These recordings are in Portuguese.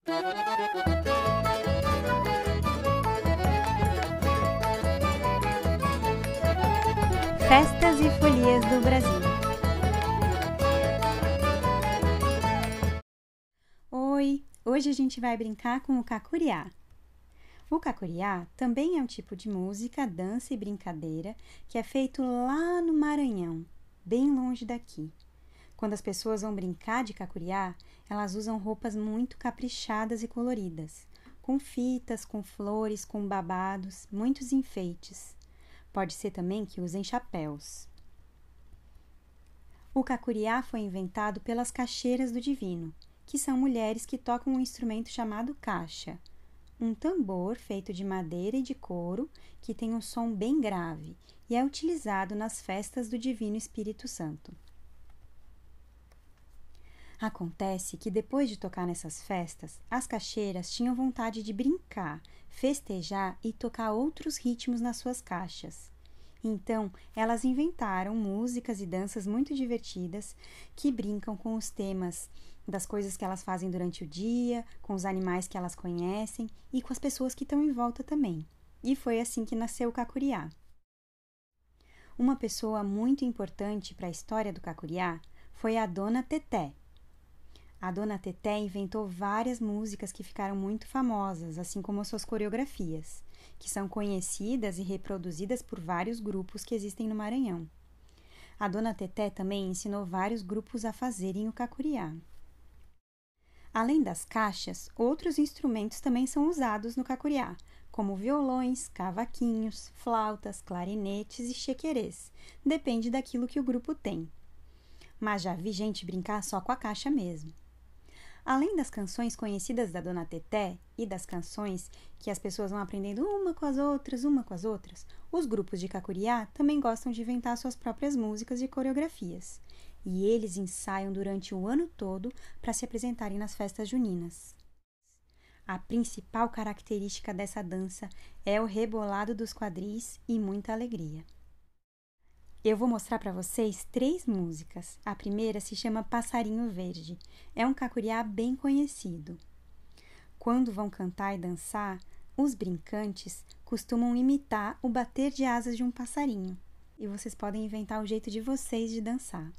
Festas e folias do Brasil. Oi! Hoje a gente vai brincar com o cacuriá. O cacuriá também é um tipo de música, dança e brincadeira que é feito lá no Maranhão, bem longe daqui. Quando as pessoas vão brincar de cacuriá, elas usam roupas muito caprichadas e coloridas, com fitas, com flores, com babados, muitos enfeites. Pode ser também que usem chapéus. O cacuriá foi inventado pelas caixeiras do divino, que são mulheres que tocam um instrumento chamado caixa, um tambor feito de madeira e de couro que tem um som bem grave e é utilizado nas festas do Divino Espírito Santo. Acontece que depois de tocar nessas festas, as caixeiras tinham vontade de brincar, festejar e tocar outros ritmos nas suas caixas. Então, elas inventaram músicas e danças muito divertidas que brincam com os temas das coisas que elas fazem durante o dia, com os animais que elas conhecem e com as pessoas que estão em volta também. E foi assim que nasceu o cacuriá. Uma pessoa muito importante para a história do cacuriá foi a Dona Teté. A Dona Teté inventou várias músicas que ficaram muito famosas, assim como as suas coreografias, que são conhecidas e reproduzidas por vários grupos que existem no Maranhão. A Dona Teté também ensinou vários grupos a fazerem o cacuriá. Além das caixas, outros instrumentos também são usados no cacuriá, como violões, cavaquinhos, flautas, clarinetes e chequerês. Depende daquilo que o grupo tem. Mas já vi gente brincar só com a caixa mesmo. Além das canções conhecidas da Dona Teté e das canções que as pessoas vão aprendendo uma com as outras, os grupos de cacuriá também gostam de inventar suas próprias músicas e coreografias. E eles ensaiam durante o ano todo para se apresentarem nas festas juninas. A principal característica dessa dança é o rebolado dos quadris e muita alegria. Eu vou mostrar para vocês 3 músicas. A primeira se chama Passarinho Verde. É um cacuriá bem conhecido. Quando vão cantar e dançar, os brincantes costumam imitar o bater de asas de um passarinho. E vocês podem inventar o jeito de vocês de dançar.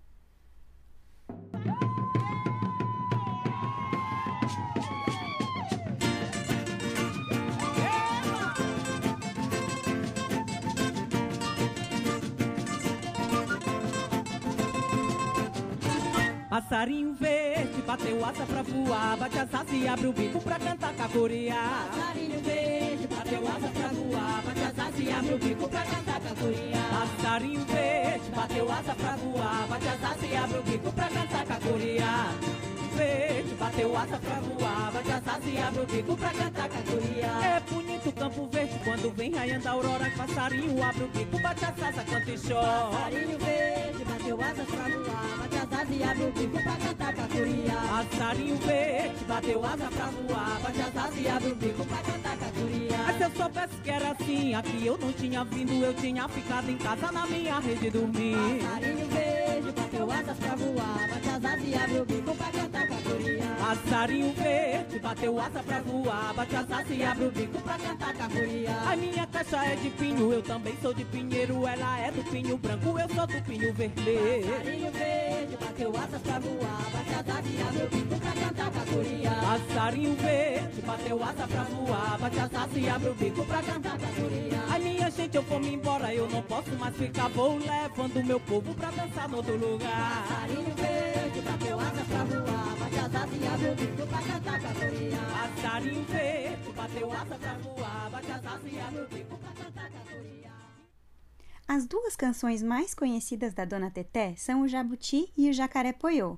Passarinho verde, bateu asa pra voar, bate as asas e abre o bico pra cantar cacuriá. Passarinho verde, bateu asa pra voar, bate as asas e abre o bico pra cantar cacuriá. Passarinho verde, bateu asa pra voar, bate as asas e abre o bico pra cantar cacuriá. Verde, bateu asa pra voar, bate as asas e abre o bico pra cantar cacuriá. É bonito o Campo Verde quando vem raiando a aurora, passarinho abre o bico, bate as asas, canta e chora. Passarinho verde, bateu asas pra voar, bate as asas e abre o bico pra cantar cacuriá. Passarinho verde, bateu asa pra voar, bate as asas e abre o bico pra cantar cacuriá. Mas se eu soubesse que era assim, aqui eu não tinha vindo, eu tinha ficado em casa na minha rede dormir. Passarinho verde, bateu asas pra voar, bate as asas e abre o bico pra cantar cacuriá. Passarinho verde, bateu asa pra voar, bate as asas e abre o bico pra cantar cacuriá. A minha caixa é de pinho, eu também sou de pinheiro, ela é do pinho branco, eu sou do pinho vermelho. Passarinho verde, bateu asas pra voar, bate as asas e abre o bico pra cantar cacuriá. Passarinho verde, bateu asa pra voar, bate as asas e abre o bico pra cantar cacuriá. A minha gente, eu vou me embora, eu não posso mais ficar, vou levando o meu povo pra dançar no outro lugar. Passarinho verde, bateu asa pra voar, bate as asas e abre o bico pra cantar cacuriá. Passarinho verde, bateu asa pra voar, bate as asas e abre o bico pra cantar cacuriá. As 2 canções mais conhecidas da Dona Teté são o Jabuti e o Jacaré Poiô.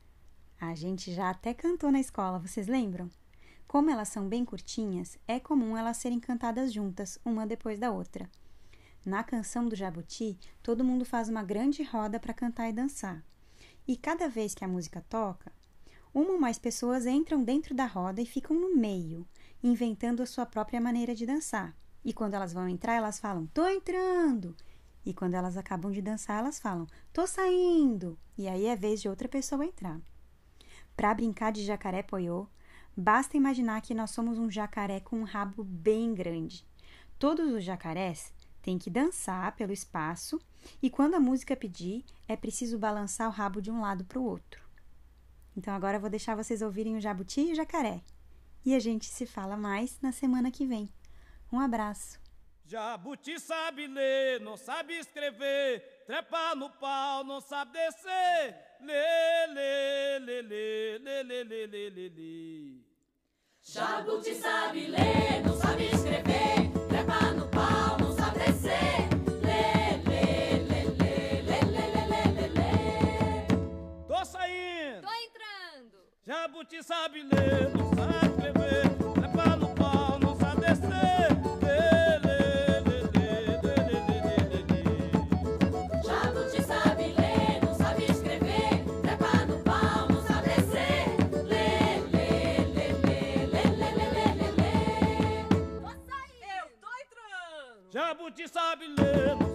A gente já até cantou na escola, vocês lembram? Como elas são bem curtinhas, é comum elas serem cantadas juntas, uma depois da outra. Na canção do Jabuti, todo mundo faz uma grande roda para cantar e dançar. E cada vez que a música toca, uma ou mais pessoas entram dentro da roda e ficam no meio, inventando a sua própria maneira de dançar. E quando elas vão entrar, elas falam, tô entrando! E quando elas acabam de dançar, elas falam, tô saindo! E aí é vez de outra pessoa entrar. Para brincar de Jacaré Poiô, Basta imaginar que nós somos um jacaré com um rabo bem grande. Todos os jacarés têm que dançar pelo espaço e quando a música pedir, é preciso balançar o rabo de um lado para o outro. Então agora eu vou deixar vocês ouvirem o jabuti e o jacaré. E a gente se fala mais na semana que vem. Um abraço. Jabuti sabe ler, não sabe escrever, trepa no pau, não sabe descer. Lê, lê, lê, lê, lê, lê, lê, lê, lê, lê. Jabuti sabe ler, não sabe escrever, trepa no pau, não sabe descer. Lê, lê, lê, lê, lê, lê, lê, lê, lê. Tô saindo. Tô entrando. Jabuti sabe ler, não sabe escrever, trepa no pau, não sabe descer. Lê, lê, lê, lê, lê, lê, lê, lê, lê. Jabuti sabe ler, não sabe escrever, trepa no pau, não sabe descer. Lê, lê, lê, lê, lê, lê, lê, lê, lê. Tô saindo. Eu tô entrando. Jabuti sabe ler, não